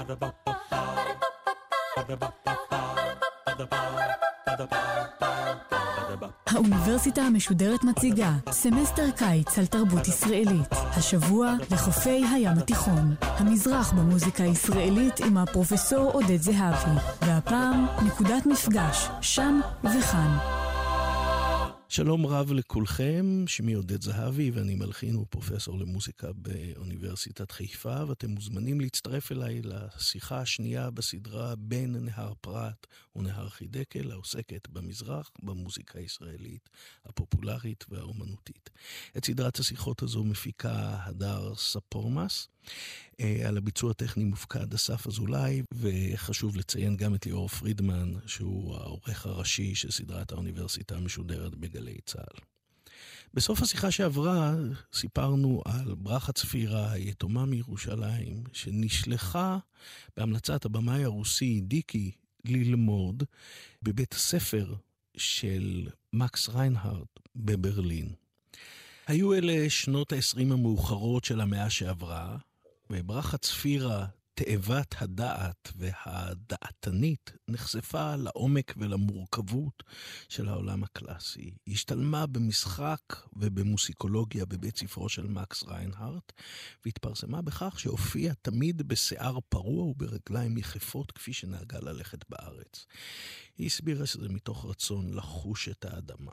האוניברסיטה המשודרת מציגה סמסטר קיץ על תרבות ישראלית. השבוע לחופי הים התיכון. המזרח במוזיקה הישראלית עם הפרופסור עודד זהבי. והפעם נקודת מפגש, שם וכאן. שלום רב לכולכם, שמי עודד זהבי ואני מלחין ופרופסור למוזיקה באוניברסיטת חיפה, ואתם מוזמנים להצטרף אליי לשיחה השנייה בסדרה בין נהר פרת ונהר חידקל, העוסקת במזרח, במוזיקה הישראלית, הפופולרית והאומנותית. את סדרת השיחות הזו מפיקה הדר ספורמס, על הביצוע הטכני מופקד אסף אזולאי, וחשוב לציין גם את ליאור פרידמן, שהוא העורך הראשי של סדרת האוניברסיטה המשודרת בגלי צה"ל. בסוף השיחה שעברה סיפרנו על ברכה צפירה, היתומה מירושלים, שנשלחה בהמלצת הבמאי הרוסי דיקי ללמוד בבית הספר של מקס ריינהרט בברלין. היו אלה שנות ה-20 המאוחרות של המאה שעברה, וברכה צפירה, תאבת הדעת והדעתנית, נחשפה לעומק ולמורכבות של העולם הקלאסי. היא השתלמה במשחק ובמוסיקולוגיה בבית ספרו של מקס ריינהרט, והתפרסמה בכך שהופיעה תמיד בשיער פרוע וברגליים יחפות כפי שנהגה ללכת בארץ. היא הסבירה שזה מתוך רצון לחוש את האדמה.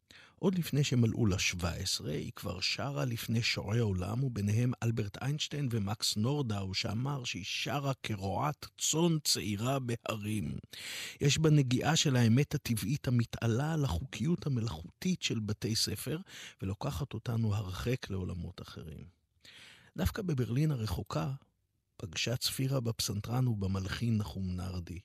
עוד לפני שמלאו לה 17, היא כבר שרה לפני שועי עולם, וביניהם אלברט איינשטיין ומקס נורדאו, שאמר שהיא שרה כרועת צאן צעירה בהרים. יש בה נגיעה של האמת הטבעית המתעלה על החוקיות המלאכותית של בתי ספר, ולוקחת אותנו הרחק לעולמות אחרים. דווקא בברלין הרחוקה, פגשה צפירה בפסנתרן ובמלחין נחום נרדי.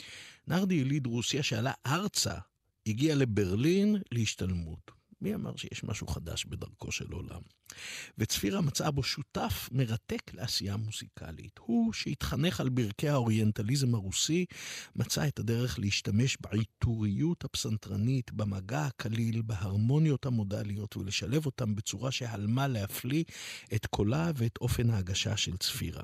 נרדי יליד רוסיה שעלה ארצה, הגיע לברלין להשתלמות. מי אמר שיש משהו חדש בדרכו של עולם? וצפירה מצאה בו שותף מרתק לעשייה מוזיקלית. הוא שהתחנך על ברכי האוריינטליזם הרוסי, מצא את הדרך להשתמש בעיטוריות הפסנתרנית, במגע הקליל, בהרמוניות המודליות, ולשלב אותם בצורה שהלמה להפליא את קולה ואת אופן ההגשה של צפירה.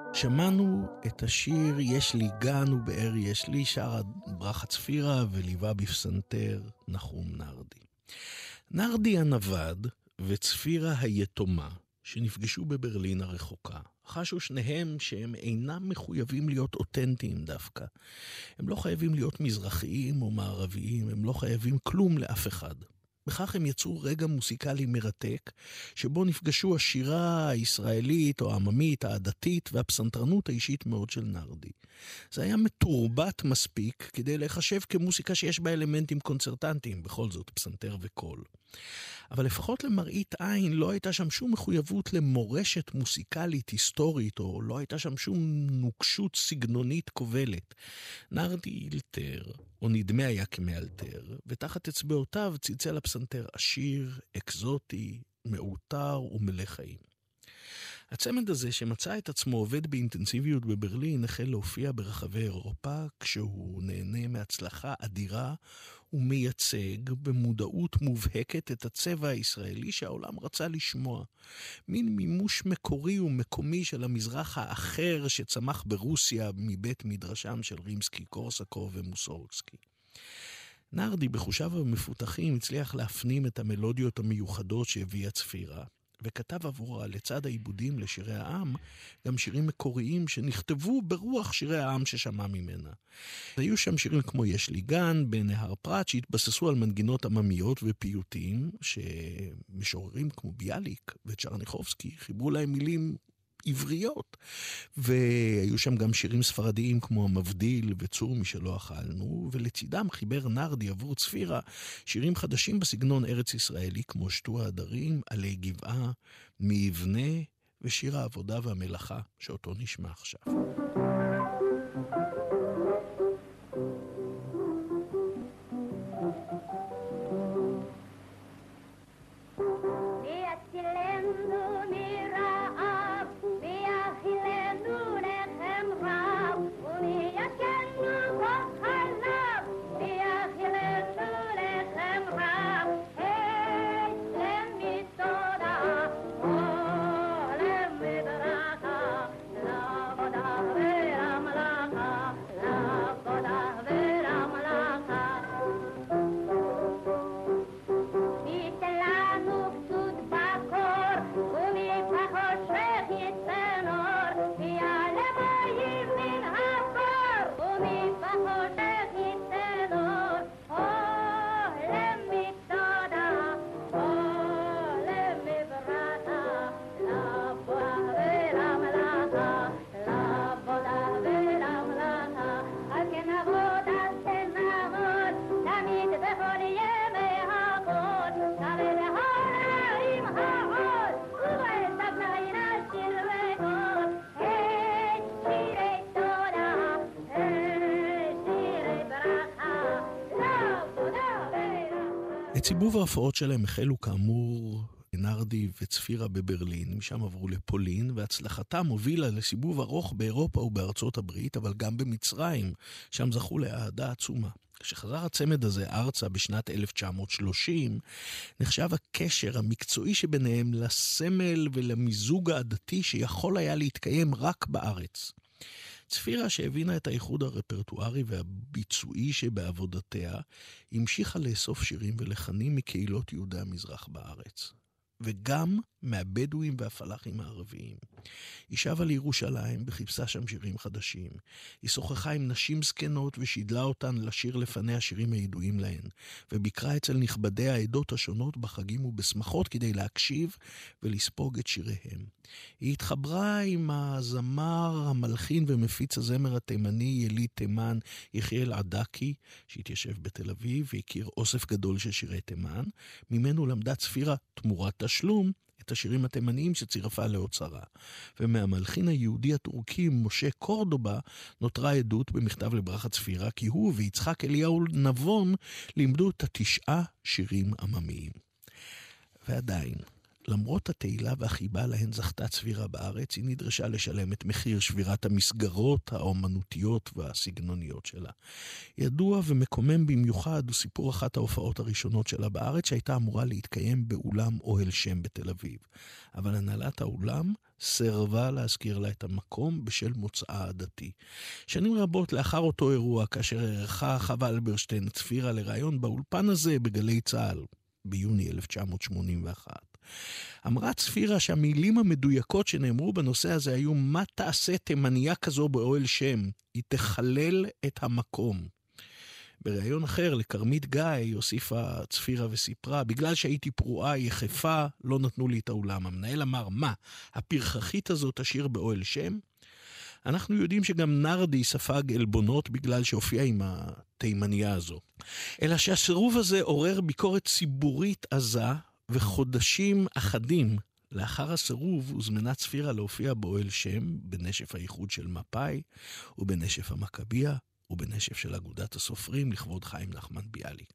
שמענו את השיר "יש לי גן ובאר יש לי", שרה ברכה צפירה וליווה בפסנתר נחום נרדי. נרדי הנווד וצפירה היתומה שנפגשו בברלין הרחוקה, חשו שניהם שהם אינם מחויבים להיות אותנטיים דווקא. הם לא חייבים להיות מזרחיים או מערביים, הם לא חייבים כלום לאף אחד. בכך הם יצרו רגע מוסיקלי מרתק, שבו נפגשו השירה הישראלית או העממית, העדתית והפסנתרנות האישית מאוד של נרדי. זה היה מתורבת מספיק כדי לחשב כמוסיקה שיש בה אלמנטים קונצרטנטיים, בכל זאת פסנתר וקול. אבל לפחות למראית עין לא הייתה שם שום מחויבות למורשת מוסיקלית היסטורית, או לא הייתה שם שום נוקשות סגנונית כובלת. נרדי אילתר, או נדמה היה כמאלתר, ותחת אצבעותיו צלצל הפסנתר עשיר, אקזוטי, מאותר ומלא חיים. הצמד הזה שמצא את עצמו עובד באינטנסיביות בברלין החל להופיע ברחבי אירופה, כשהוא נהנה מהצלחה אדירה ומייצג במודעות מובהקת את הצבע הישראלי שהעולם רצה לשמוע. מין מימוש מקורי ומקומי של המזרח האחר שצמח ברוסיה מבית מדרשם של רימסקי, קורסקוב ומוסורסקי. נרדי בחושיו המפותחים הצליח להפנים את המלודיות המיוחדות שהביאה צפירה, וכתב עבורה לצד העיבודים לשירי העם גם שירים מקוריים שנכתבו ברוח שירי העם ששמע ממנה. היו שם שירים כמו "יש לי גן", בנהר פרת, שהתבססו על מנגינות עממיות ופיוטים שמשוררים כמו ביאליק וצ'רניחובסקי חיברו להם מילים עבריות, והיו שם גם שירים ספרדיים כמו "המבדיל" ו"צור משלא אכלנו", ולצידם חיבר נרדי עבור צפירה שירים חדשים בסגנון ארץ ישראלי כמו "שתו העדרים", "עלי גבעה", "מיבנה" ושיר העבודה והמלאכה שאותו נשמע עכשיו. את סיבוב ההופעות שלהם החלו כאמור נרדי וצפירה בברלין, משם עברו לפולין, והצלחתם הובילה לסיבוב ארוך באירופה ובארצות הברית, אבל גם במצרים, שם זכו לאהדה עצומה. כשחזר הצמד הזה ארצה בשנת 1930, נחשב הקשר המקצועי שביניהם לסמל ולמיזוג העדתי שיכול היה להתקיים רק בארץ. צפירה שהבינה את האיחוד הרפרטוארי והביצועי שבעבודתיה, המשיכה לאסוף שירים ולחנים מקהילות יהודי המזרח בארץ. וגם מהבדואים והפלחים הערביים. היא שבה לירושלים וחיפשה שם שירים חדשים. היא שוחחה עם נשים זקנות ושידלה אותן לשיר לפני השירים הידועים להן, וביקרה אצל נכבדי העדות השונות בחגים ובשמחות כדי להקשיב ולספוג את שיריהם. היא התחברה עם הזמר, המלחין ומפיץ הזמר התימני יליד תימן יחיאל עדקי, שהתיישב בתל אביב והכיר אוסף גדול של שירי תימן. ממנו למדה צפירה תמורת תשלום את השירים התימניים שצירפה לאוצרה. ומהמלחין היהודי הטורקי משה קורדובה נותרה עדות במכתב לברכה צפירה, כי הוא ויצחק אליהו נבון לימדו את 9 שירים עממיים. ועדיין, למרות התהילה והחיבה להן זכתה צפירה בארץ, היא נדרשה לשלם את מחיר שבירת המסגרות האומנותיות והסגנוניות שלה. ידוע ומקומם במיוחד הוא סיפור אחת ההופעות הראשונות שלה בארץ, שהייתה אמורה להתקיים באולם אוהל שם בתל אביב. אבל הנהלת האולם סרבה להזכיר לה את המקום בשל מוצאה הדתי. שנים רבות לאחר אותו אירוע, כאשר ערכה חווה אלברשטיין את צפירה לראיון באולפן הזה בגלי צה"ל, ביוני 1981. אמרה צפירה שהמילים המדויקות שנאמרו בנושא הזה היו, מה תעשה תימניה כזו באוהל שם? היא תחלל את המקום. בראיון אחר לקרמית גיא הוסיפה צפירה וסיפרה, בגלל שהייתי פרועה יחפה לא נתנו לי את האולם. המנהל אמר, מה, הפרחחית הזאת תשאיר באוהל שם? אנחנו יודעים שגם נרדי ספג אלבונות בגלל שהופיע עם התימניה הזו. אלא שהסירוב הזה עורר ביקורת ציבורית עזה, וחודשים אחדים לאחר הסירוב הוזמנה צפירה להופיע באוהל שם, בנשף האיחוד של מפאי, ובנשף המכביה, ובנשף של אגודת הסופרים לכבוד חיים נחמן ביאליק.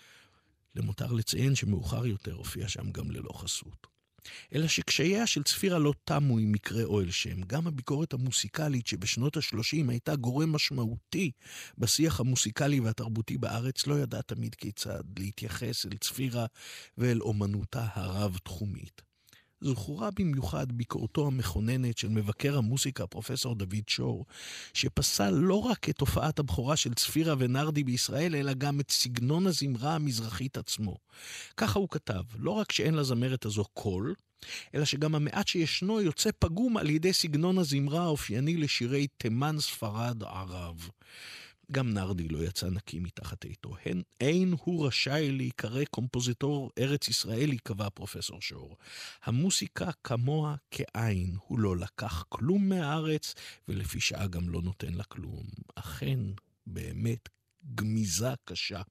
למותר לציין שמאוחר יותר הופיע שם גם ללא חסות. אלא שקשייה של צפירה לא תמו עם מקרה אוהל שם. גם הביקורת המוסיקלית שבשנות ה-30 הייתה גורם משמעותי בשיח המוסיקלי והתרבותי בארץ, לא ידעה תמיד כיצד להתייחס אל צפירה ואל אומנותה הרב-תחומית. זכורה במיוחד ביקורתו המכוננת של מבקר המוסיקה פרופסור דוד שור, שפסל לא רק את תופעת הבכורה של צפירה ונרדי בישראל, אלא גם את סגנון הזמרה המזרחית עצמו. ככה הוא כתב, לא רק שאין לזמרת הזו קול, אלא שגם המעט שישנו יוצא פגום על ידי סגנון הזמרה האופייני לשירי תימן, ספרד, ערב. גם נרדי לא יצא נקי מתחת איתו. אין הוא רשאי להיקרא קומפוזיטור ארץ ישראלי, קבע פרופסור שור. המוסיקה כמוה כעין, הוא לא לקח כלום מהארץ, ולפי שעה גם לא נותן לה כלום. אכן, באמת, גמיזה קשה.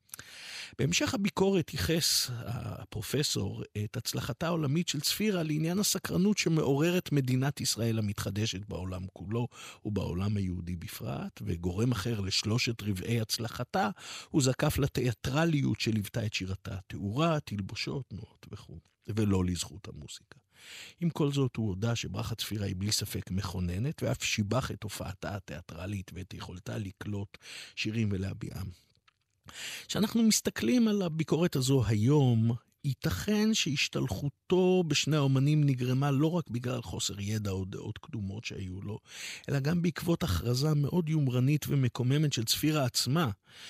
בהמשך הביקורת ייחס הפרופסור את הצלחתה העולמית של צפירה לעניין הסקרנות שמעוררת מדינת ישראל המתחדשת בעולם כולו ובעולם היהודי בפרט, וגורם אחר לשלושת רבעי הצלחתה הוא זקף לתיאטרליות שליוותה את שירתה, תאורה, תלבושות, תנועות וכו', ולא לזכות המוסיקה. עם כל זאת הוא הודע שברכה צפירה היא בלי ספק מכוננת, ואף שיבח את הופעתה התיאטרלית ואת יכולתה לקלוט שירים ולהביעם. כשאנחנו מסתכלים על הביקורת הזו היום, ייתכן שהשתלחותו בשני האומנים נגרמה לא רק בגלל חוסר ידע או דעות קדומות שהיו לו, אלא גם בעקבות הכרזה מאוד יומרנית ומקוממת של צפירה עצמה,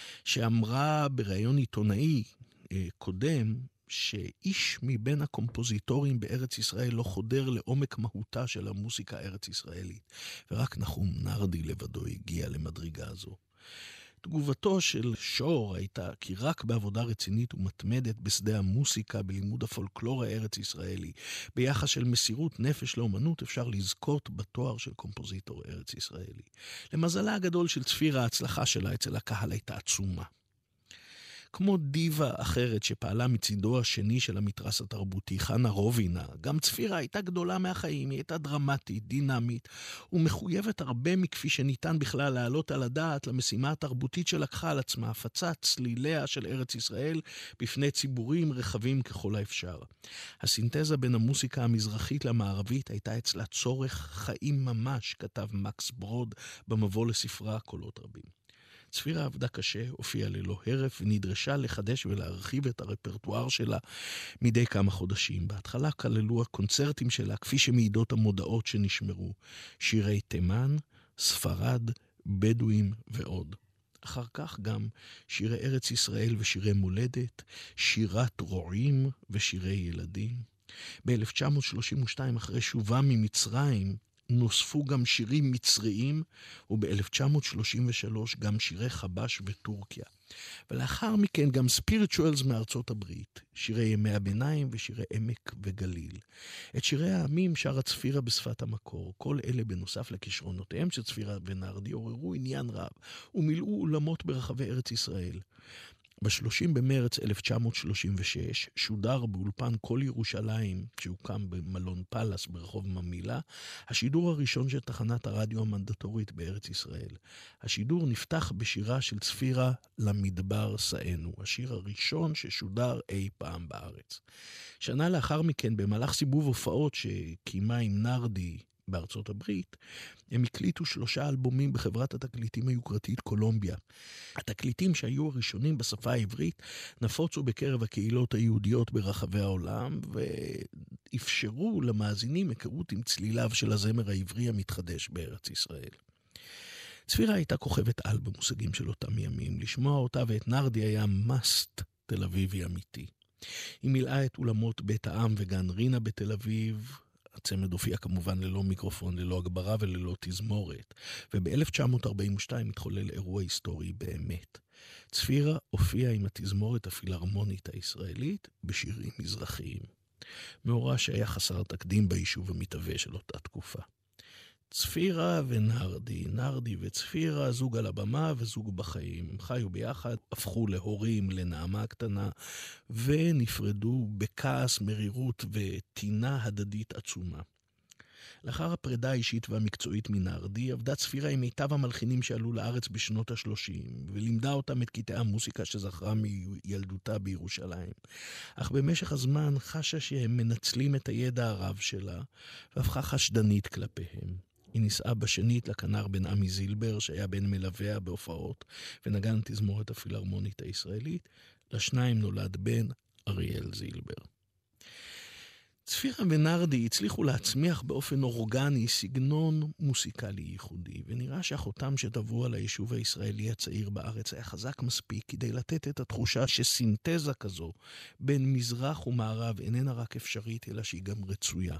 שאמרה בראיון עיתונאי קודם, שאיש מבין הקומפוזיטורים בארץ ישראל לא חודר לעומק מהותה של המוסיקה הארץ ישראלית, ורק נחום נרדי לבדו הגיע למדרגה הזו. תגובתו של שור הייתה כי רק בעבודה רצינית ומתמדת בשדה המוסיקה, בלימוד הפולקלור הארץ ישראלי, ביחס של מסירות נפש לאומנות, אפשר לזכות בתואר של קומפוזיטור ארץ ישראלי. למזלה הגדול של צפירה, ההצלחה שלה אצל הקהל הייתה עצומה. כמו דיבה אחרת שפעלה מצידו השני של המתרס התרבותי, חנה רובינה, גם צפירה הייתה גדולה מהחיים, היא הייתה דרמטית, דינמית, ומחויבת הרבה מכפי שניתן בכלל להעלות על הדעת למשימה התרבותית שלקחה על עצמה, הפצת צליליה של ארץ ישראל בפני ציבורים רחבים ככל האפשר. הסינתזה בין המוסיקה המזרחית למערבית הייתה אצלה צורך חיים ממש, כתב מקס ברוד במבוא לספרה קולות רבים. צפירה עבדה קשה, הופיעה ללא הרף, ונדרשה לחדש ולהרחיב את הרפרטואר שלה מדי כמה חודשים. בהתחלה כללו הקונצרטים שלה, כפי שמעידות המודעות שנשמרו, שירי תימן, ספרד, בדואים ועוד. אחר כך גם שירי ארץ ישראל ושירי מולדת, שירת רועים ושירי ילדים. ב-1932, אחרי שובה ממצרים, נוספו גם שירים מצריים, וב-1933 גם שירי חבש וטורקיה. ולאחר מכן גם ספיריטואלס מארצות הברית, שירי ימי הביניים ושירי עמק וגליל. את שירי העמים שרה צפירה בשפת המקור. כל אלה בנוסף לכישרונותיהם של צפירה ונרדי עוררו עניין רב, ומילאו אולמות ברחבי ארץ ישראל. ב-30 במרץ 1936 שודר באולפן כל ירושלים, שהוקם במלון פלס ברחוב ממילה, השידור הראשון של תחנת הרדיו המנדטורית בארץ ישראל. השידור נפתח בשירה של צפירה למדבר סענו, השיר הראשון ששודר אי פעם בארץ. שנה לאחר מכן, במהלך סיבוב הופעות שקיימה עם נרדי בארצות הברית, הם הקליטו 3 אלבומים בחברת התקליטים היוקרתית קולומביה. התקליטים שהיו הראשונים בשפה העברית נפוצו בקרב הקהילות היהודיות ברחבי העולם, ואפשרו למאזינים היכרות עם צליליו של הזמר העברי המתחדש בארץ ישראל. צפירה הייתה כוכבת על במושגים של אותם ימים. לשמוע אותה ואת נרדי היה מאסט תל אביבי אמיתי. היא מילאה את אולמות בית העם וגן רינה בתל אביב. הצמד הופיע כמובן ללא מיקרופון, ללא הגברה וללא תזמורת. וב-1942 התחולל אירוע היסטורי באמת. צפירה הופיעה עם התזמורת הפילהרמונית הישראלית בשירים מזרחיים. מאורע שהיה חסר תקדים ביישוב המתהווה של אותה תקופה. צפירה ונרדי, נרדי וצפירה, זוג על הבמה וזוג בחיים. הם חיו ביחד, הפכו להורים, לנעמה קטנה, ונפרדו בכעס, מרירות וטינה הדדית עצומה. לאחר הפרידה האישית והמקצועית מנרדי, עבדה צפירה עם מיטב המלחינים שעלו לארץ בשנות ה-30, ולימדה אותם את קטעי המוסיקה שזכרה מילדותה בירושלים. אך במשך הזמן חשה שהם מנצלים את הידע הרב שלה, והפכה חשדנית כלפיהם. היא נישאה בשנית לכנר בן עמי זילבר, שהיה בן מלוויה בהופעות, ונגן תזמורת הפילהרמונית הישראלית. לשניים נולד בן אריאל זילבר. צפירה ונרדי הצליחו להצמיח באופן אורגני סגנון מוסיקלי ייחודי, ונראה שהחותם שטבעו על היישוב הישראלי הצעיר בארץ היה חזק מספיק כדי לתת את התחושה שסינתזה כזו בין מזרח ומערב איננה רק אפשרית, אלא שהיא גם רצויה.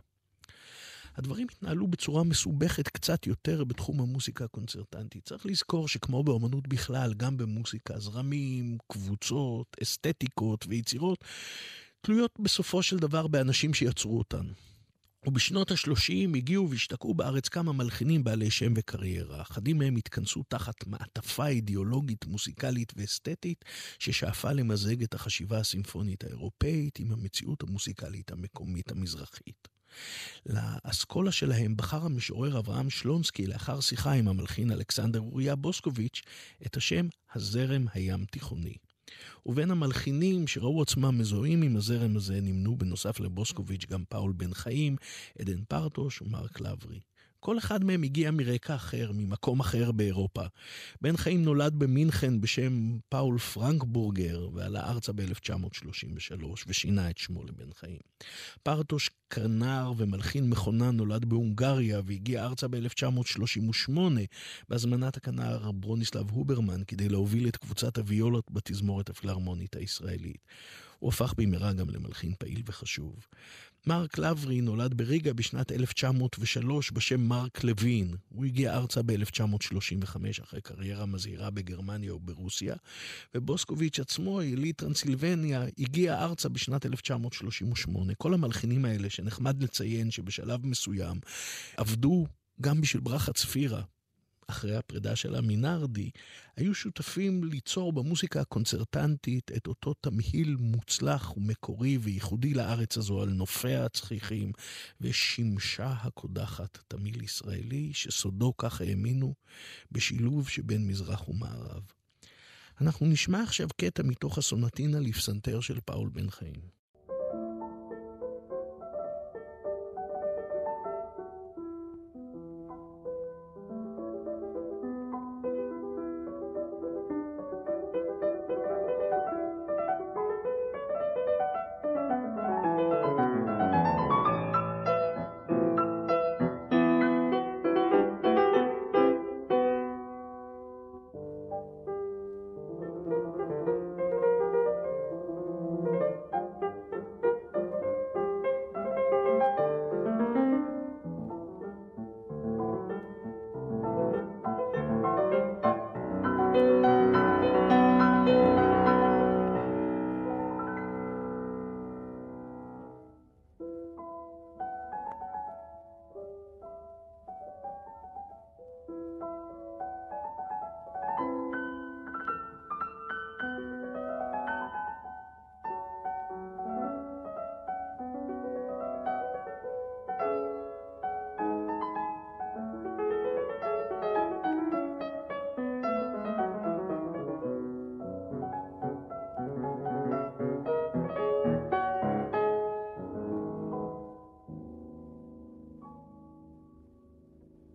הדברים התנהלו בצורה מסובכת קצת יותר בתחום המוסיקה הקונצרטנטית. צריך לזכור שכמו באמנות בכלל, גם במוסיקה, זרמים, קבוצות, אסתטיקות ויצירות, תלויות בסופו של דבר באנשים שיצרו אותן. ובשנות ה-30 הגיעו והשתקעו בארץ כמה מלחינים בעלי שם וקריירה. אחדים מהם התכנסו תחת מעטפה אידיאולוגית, מוסיקלית ואסתטית, ששאפה למזג את החשיבה הסימפונית האירופאית עם המציאות המוסיקלית המקומית המזרחית. לאסכולה שלהם בחר המשורר אברהם שלונסקי, לאחר שיחה עם המלחין אלכסנדר אוריה בוסקוביץ', את השם הזרם הים תיכוני. ובין המלחינים שראו עצמם מזוהים עם הזרם הזה נמנו בנוסף לבוסקוביץ' גם פאול בן חיים, עדן פרטוש ומרק לברי. כל אחד מהם הגיע מרקע אחר, ממקום אחר באירופה. בן חיים נולד במינכן בשם פאול פרנקבורגר, ועלה ארצה ב-1933 ושינה את שמו לבן חיים. פרטוש קרנר ומלחין מכונן נולד בהונגריה והגיע ארצה ב-1938 בהזמנת הכנר ברוניסלב הוברמן כדי להוביל את קבוצת הוויולות בתזמורת הפילהרמונית הישראלית. הוא הפך במהרה גם למלחין פעיל וחשוב. מרק לברי נולד בריגה בשנת 1903 בשם מרק לוין. הוא הגיע ארצה ב-1935 אחרי קריירה מזהירה בגרמניה וברוסיה, ובוסקוביץ' עצמו, יליד טרנסילבניה, הגיע ארצה בשנת 1938. כל המלחינים האלה שנחמד לציין שבשלב מסוים עבדו גם בשביל ברכה צפירה, אחרי הפרידה שלה מנרדי, היו שותפים ליצור במוסיקה הקונצרטנטית את אותו תמהיל מוצלח ומקורי וייחודי לארץ הזו על נופיה הצחיחים, ושימשה הקודחת תמיל ישראלי שסודו כך האמינו בשילוב שבין מזרח ומערב. אנחנו נשמע עכשיו קטע מתוך הסונטינה לפסנתר של פאול בן חיים.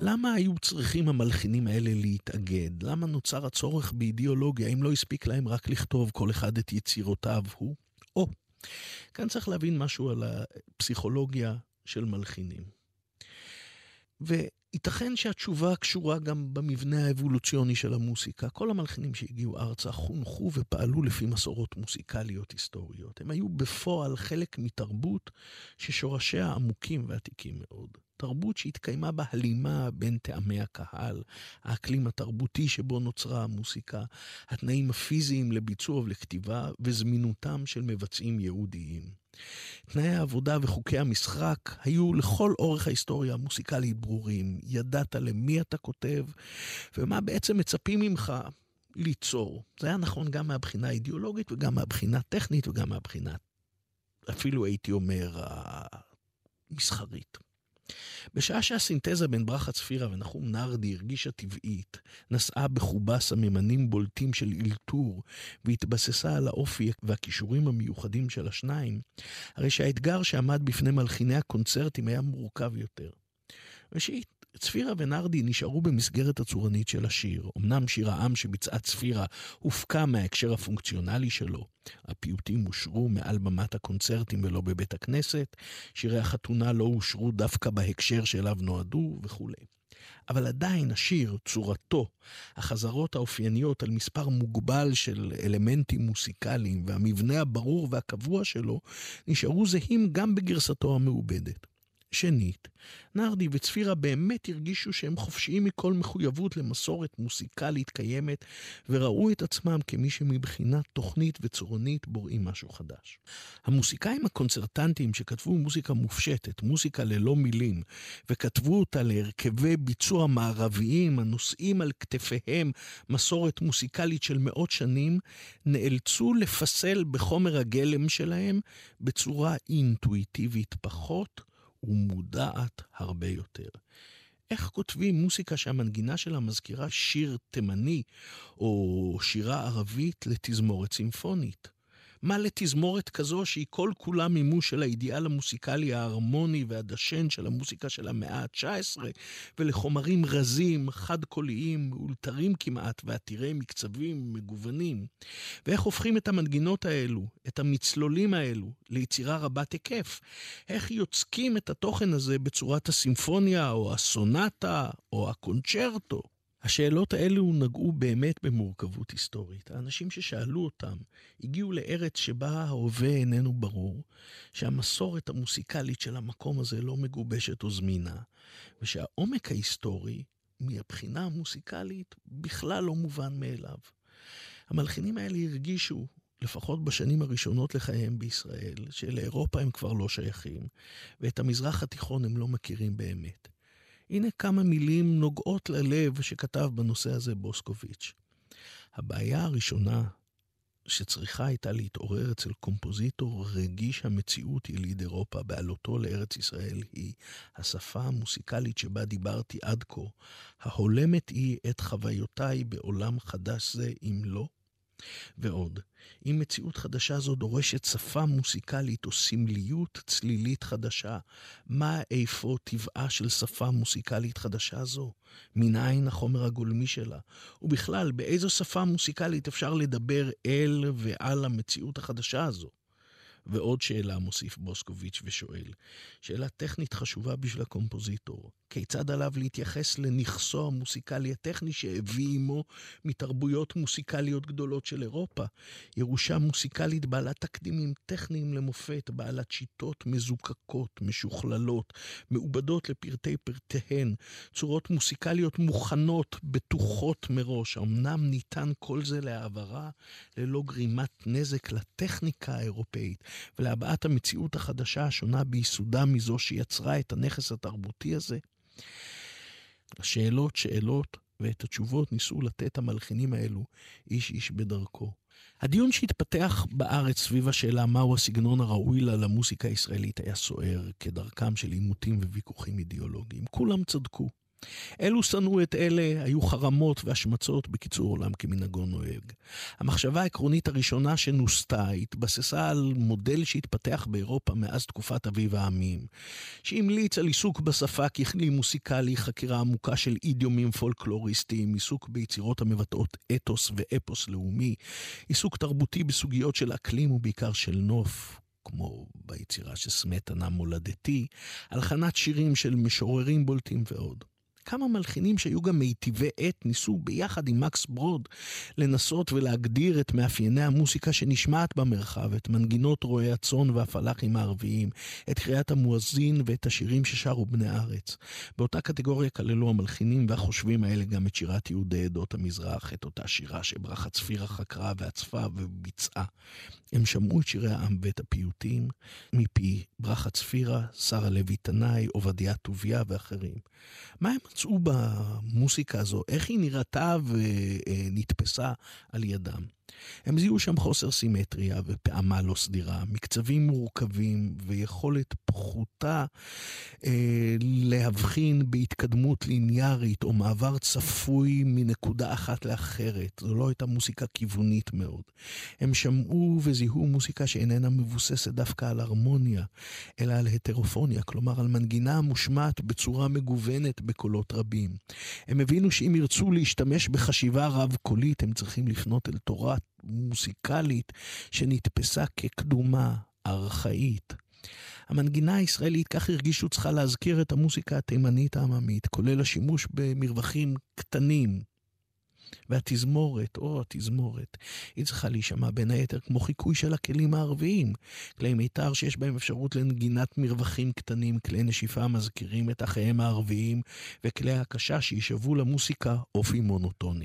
למה היו צריכים המלחינים האלה להתאגד? למה נוצר הצורך באידיאולוגיה, אם לא הספיק להם רק לכתוב כל אחד את יצירותיו הוא? כאן צריך להבין משהו על הפסיכולוגיה של מלחינים. וייתכן שהתשובה קשורה גם במבנה האבולוציוני של המוסיקה. כל המלחינים שהגיעו ארצה חונכו ופעלו לפי מסורות מוסיקליות היסטוריות. הם היו בפועל חלק מתרבות ששורשיה עמוקים ועתיקים מאוד. תרבות שהתקיימה בה הלימה בין טעמי הקהל, האקלים התרבותי שבו נוצרה המוסיקה, התנאים הפיזיים לביצוע ולכתיבה וזמינותם של מבצעים יהודיים. תנאי העבודה וחוקי המשחק היו לכל אורך ההיסטוריה המוסיקלית ברורים. ידעת למי אתה כותב ומה בעצם מצפים ממך ליצור. זה היה נכון גם מהבחינה האידיאולוגית וגם מהבחינה הטכנית וגם מהבחינה, אפילו הייתי אומר, המסחרית. בשעה שהסינתזה בין ברכה צפירה ונחום נרדי הרגישה טבעית, נשאה בחובה סממנים בולטים של אילתור והתבססה על האופי והכישורים המיוחדים של השניים, הרי שהאתגר שעמד בפני מלחיני הקונצרטים היה מורכב יותר. ראשית, צפירה ונרדי נשארו במסגרת הצורנית של השיר. אמנם שיר העם שביצעה צפירה הופקע מההקשר הפונקציונלי שלו. הפיוטים אושרו מעל במת הקונצרטים ולא בבית הכנסת. שירי החתונה לא אושרו דווקא בהקשר שאליו נועדו וכו'. אבל עדיין השיר, צורתו, החזרות האופייניות על מספר מוגבל של אלמנטים מוסיקליים והמבנה הברור והקבוע שלו נשארו זהים גם בגרסתו המעובדת. שנית, נרדי וצפירה באמת הרגישו שהם חופשיים מכל מחויבות למסורת מוסיקלית קיימת, וראו את עצמם כמי שמבחינת תוכנית וצורנית בוראים משהו חדש. המוסיקאים הקונצרטנטים שכתבו מוזיקה מופשטת, מוזיקה ללא מילים, וכתבו אותה להרכבי ביצוע מערביים הנושאים על כתפיהם מסורת מוסיקלית של מאות שנים, נאלצו לפסל בחומר הגלם שלהם בצורה אינטואיטיבית פחות, ומודעת הרבה יותר. איך כותבים מוסיקה שהמנגינה שלה מזכירה שיר תימני או שירה ערבית לתזמורת סימפונית? מה לתזמורת כזו שהיא כל כולה מימוש של האידיאל המוסיקלי ההרמוני והדשן של המוסיקה של המאה ה-19, ולחומרים רזים, חד-קוליים, מאולתרים כמעט, ועתירי מקצבים מגוונים? ואיך הופכים את המנגינות האלו, את המצלולים האלו, ליצירה רבת היקף? איך יוצקים את התוכן הזה בצורת הסימפוניה, או הסונטה, או הקונצ'רטו? השאלות האלו נגעו באמת במורכבות היסטורית. האנשים ששאלו אותם הגיעו לארץ שבה ההווה איננו ברור, שהמסורת המוסיקלית של המקום הזה לא מגובשת או זמינה, ושהעומק ההיסטורי מהבחינה המוסיקלית בכלל לא מובן מאליו. המלחינים האלה הרגישו, לפחות בשנים הראשונות לחייהם בישראל, שלאירופה הם כבר לא שייכים, ואת המזרח התיכון הם לא מכירים באמת. הנה כמה מילים נוגעות ללב שכתב בנושא הזה בוסקוביץ'. הבעיה הראשונה שצריכה הייתה להתעורר אצל קומפוזיטור רגיש המציאות יליד אירופה בעלותו לארץ ישראל היא השפה המוסיקלית שבה דיברתי עד כה, ההולמת היא את חוויותיי בעולם חדש זה אם לא. ועוד, אם מציאות חדשה זו דורשת שפה מוסיקלית או סמליות צלילית חדשה, מה איפה טבעה של שפה מוסיקלית חדשה זו? מניין החומר הגולמי שלה? ובכלל, באיזו שפה מוסיקלית אפשר לדבר אל ועל המציאות החדשה הזו? ועוד שאלה מוסיף בוסקוביץ' ושואל, שאלה טכנית חשובה בשביל הקומפוזיטור. כיצד עליו להתייחס לנכסו המוסיקלי הטכני שהביא עמו מתרבויות מוסיקליות גדולות של אירופה? ירושה מוסיקלית בעלת תקדימים טכניים למופת, בעלת שיטות מזוקקות, משוכללות, מעובדות לפרטי פרטיהן, צורות מוסיקליות מוכנות, בטוחות מראש. אמנם ניתן כל זה להעברה ללא גרימת נזק לטכניקה האירופאית, ולהבעת המציאות החדשה השונה ביסודה מזו שיצרה את הנכס התרבותי הזה. השאלות שאלות ואת התשובות ניסו לתת המלחינים האלו איש איש בדרכו. הדיון שהתפתח בארץ סביב השאלה מהו הסגנון הראוי לה למוסיקה הישראלית היה סוער כדרכם של עימותים וויכוחים אידיאולוגיים. כולם צדקו. אלו שנאו את אלה, היו חרמות והשמצות, בקיצור עולם כמנהגו נוהג. המחשבה העקרונית הראשונה שנוסתה התבססה על מודל שהתפתח באירופה מאז תקופת אביב העמים, שהמליץ על עיסוק בשפה ככלי מוסיקלי, חקירה עמוקה של אידיומים פולקלוריסטיים, עיסוק ביצירות המבטאות אתוס ואפוס לאומי, עיסוק תרבותי בסוגיות של אקלים ובעיקר של נוף, כמו ביצירה שסמטנה מולדתי, הלחנת שירים של משוררים בולטים ועוד. כמה מלחינים שהיו גם מיטיבי עת ניסו ביחד עם מקס ברוד לנסות ולהגדיר את מאפייני המוסיקה שנשמעת במרחב, את מנגינות רועי הצאן והפלחים הערביים, את קריאת המואזין ואת השירים ששרו בני הארץ. באותה קטגוריה כללו המלחינים והחושבים האלה גם את שירת יהודי עדות המזרח, את אותה שירה שברכה צפירה חקרה ועצפה וביצעה. הם שמעו את שירי העם ואת הפיוטים מפי ברכה צפירה, שרה לוי תנאי, עובדיה טוביה ואחרים. מה הם מצאו במוסיקה הזו? איך היא נראתה ונתפסה על ידם? הם זיהו שם חוסר סימטריה ופעמה לא סדירה, מקצבים מורכבים ויכולת פחותה להבחין בהתקדמות ליניארית או מעבר צפוי מנקודה אחת לאחרת. זו לא הייתה מוסיקה כיוונית מאוד. הם שמעו וזיהו מוסיקה שאיננה מבוססת דווקא על הרמוניה, אלא על הטרופוניה, כלומר על מנגינה מושמעת בצורה מגוונת בקולות רבים. הם הבינו שאם ירצו להשתמש בחשיבה רב-קולית, הם צריכים לפנות אל תורה מוסיקלית שנתפסה כקדומה, ארכאית. המנגינה הישראלית, כך הרגישו, צריכה להזכיר את המוסיקה התימנית העממית, כולל השימוש במרווחים קטנים. והתזמורת, התזמורת, היא צריכה להישמע בין היתר כמו חיקוי של הכלים הערביים. כלי מיתר שיש בהם אפשרות לנגינת מרווחים קטנים, כלי נשיפה מזכירים את אחיהם הערביים, וכלי הקשה שישבו למוסיקה אופי מונוטוני.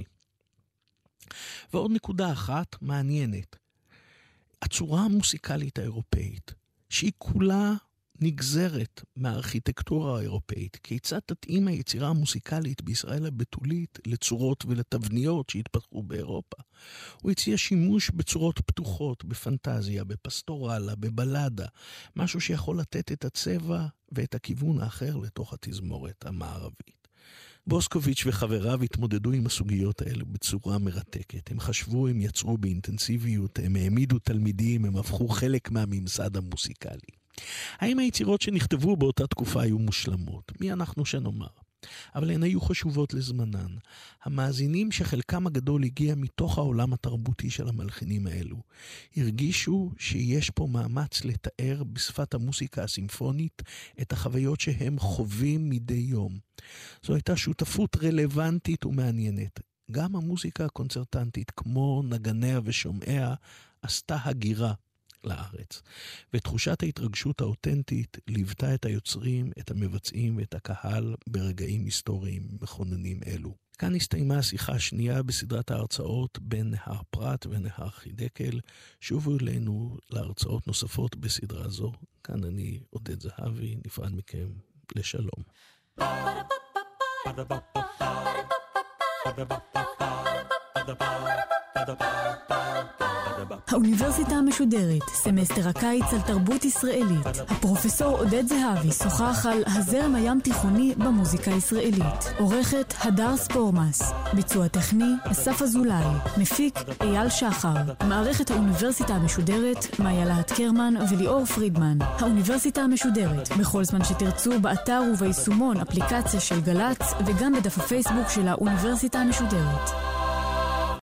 ועוד נקודה אחת מעניינת. הצורה המוסיקלית האירופאית, שהיא כולה נגזרת מהארכיטקטורה האירופאית, כיצד תתאים היצירה המוסיקלית בישראל הבתולית לצורות ולתבניות שהתפתחו באירופה. הוא הציע שימוש בצורות פתוחות, בפנטזיה, בפסטורלה, בבלדה, משהו שיכול לתת את הצבע ואת הכיוון האחר לתוך התזמורת המערבית. בוסקוביץ' וחבריו התמודדו עם הסוגיות האלו בצורה מרתקת. הם חשבו, הם יצרו באינטנסיביות, הם העמידו תלמידים, הם הפכו חלק מהממסד המוסיקלי. האם היצירות שנכתבו באותה תקופה היו מושלמות? מי אנחנו שנאמר? אבל הן היו חשובות לזמנן. המאזינים שחלקם הגדול הגיע מתוך העולם התרבותי של המלחינים האלו, הרגישו שיש פה מאמץ לתאר בשפת המוסיקה הסימפונית את החוויות שהם חווים מדי יום. זו הייתה שותפות רלוונטית ומעניינת. גם המוסיקה הקונצרטנטית, כמו נגניה ושומעיה, עשתה הגירה לארץ. ותחושת ההתרגשות האותנטית ליוותה את היוצרים, את המבצעים ואת הקהל ברגעים היסטוריים מכוננים אלו. כאן הסתיימה השיחה השנייה בסדרת ההרצאות בין נהר פרת ונהר חידקל. שובו אלינו להרצאות נוספות בסדרה זו. כאן אני עודד זהבי, נפרד מכם לשלום. האוניברסיטה המשודרת, סמסטר הקיץ על תרבות ישראלית. הפרופסור עודד זהבי שוחח על הזרם הים תיכוני במוזיקה הישראלית. עורכת הדר ספורמס, ביצוע טכני אסף אזולאי, מפיק אייל שחר. מערכת האוניברסיטה המשודרת, מאיה להט קרמן וליאור פרידמן. האוניברסיטה המשודרת, בכל זמן שתרצו, באתר וביישומון אפליקציה של גלץ, וגם בדף הפייסבוק של האוניברסיטה המשודרת.